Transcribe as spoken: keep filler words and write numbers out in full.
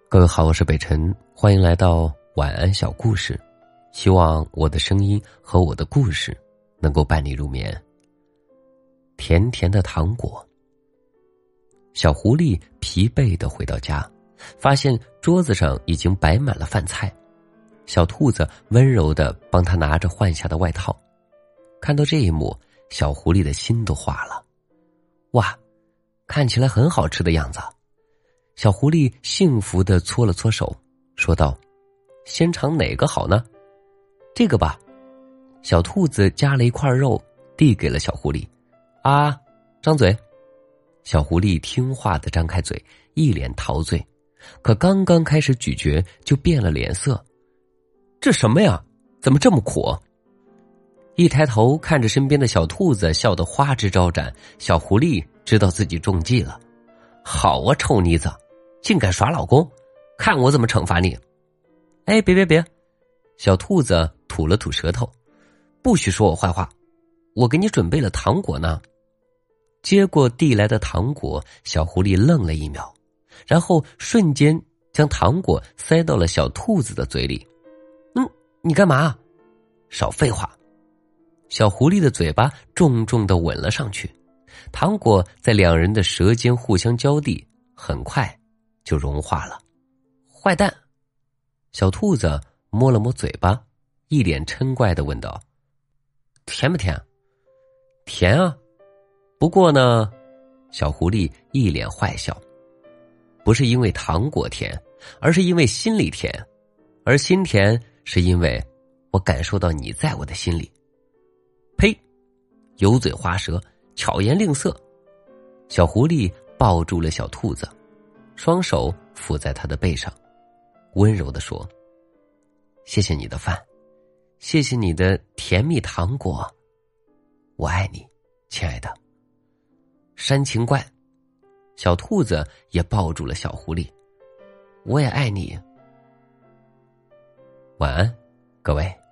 各位好，我是北辰，欢迎来到晚安小故事。希望我的声音和我的故事能够伴你入眠。甜甜的糖果。小狐狸疲惫地回到家，发现桌子上已经摆满了饭菜。小兔子温柔地帮他拿着换下的外套。看到这一幕，小狐狸的心都化了。哇，看起来很好吃的样子。小狐狸幸福地搓了搓手，说道：先尝哪个好呢？这个吧。小兔子夹了一块肉递给了小狐狸。啊，张嘴。小狐狸听话地张开嘴，一脸陶醉，可刚刚开始咀嚼就变了脸色。这什么呀？怎么这么苦？一抬头看着身边的小兔子笑得花枝招展，小狐狸知道自己中计了。好啊，臭妮子，竟敢耍老公，看我怎么惩罚你。哎，别别别，小兔子吐了吐舌头，不许说我坏话，我给你准备了糖果呢。接过递来的糖果，小狐狸愣了一秒，然后瞬间将糖果塞到了小兔子的嘴里。嗯，你干嘛？少废话。小狐狸的嘴巴重重地吻了上去，糖果在两人的舌尖互相交递，很快就融化了。坏蛋！小兔子摸了摸嘴巴，一脸嗔怪地问道：甜不甜？甜啊。不过呢，小狐狸一脸坏笑，不是因为糖果甜，而是因为心里甜，而心甜是因为我感受到你在我的心里。呸！油嘴滑舌，巧言令色。小狐狸抱住了小兔子，双手抚在他的背上，温柔地说：谢谢你的饭，谢谢你的甜蜜糖果，我爱你，亲爱的。煽情怪。小兔子也抱住了小狐狸，我也爱你。晚安，各位。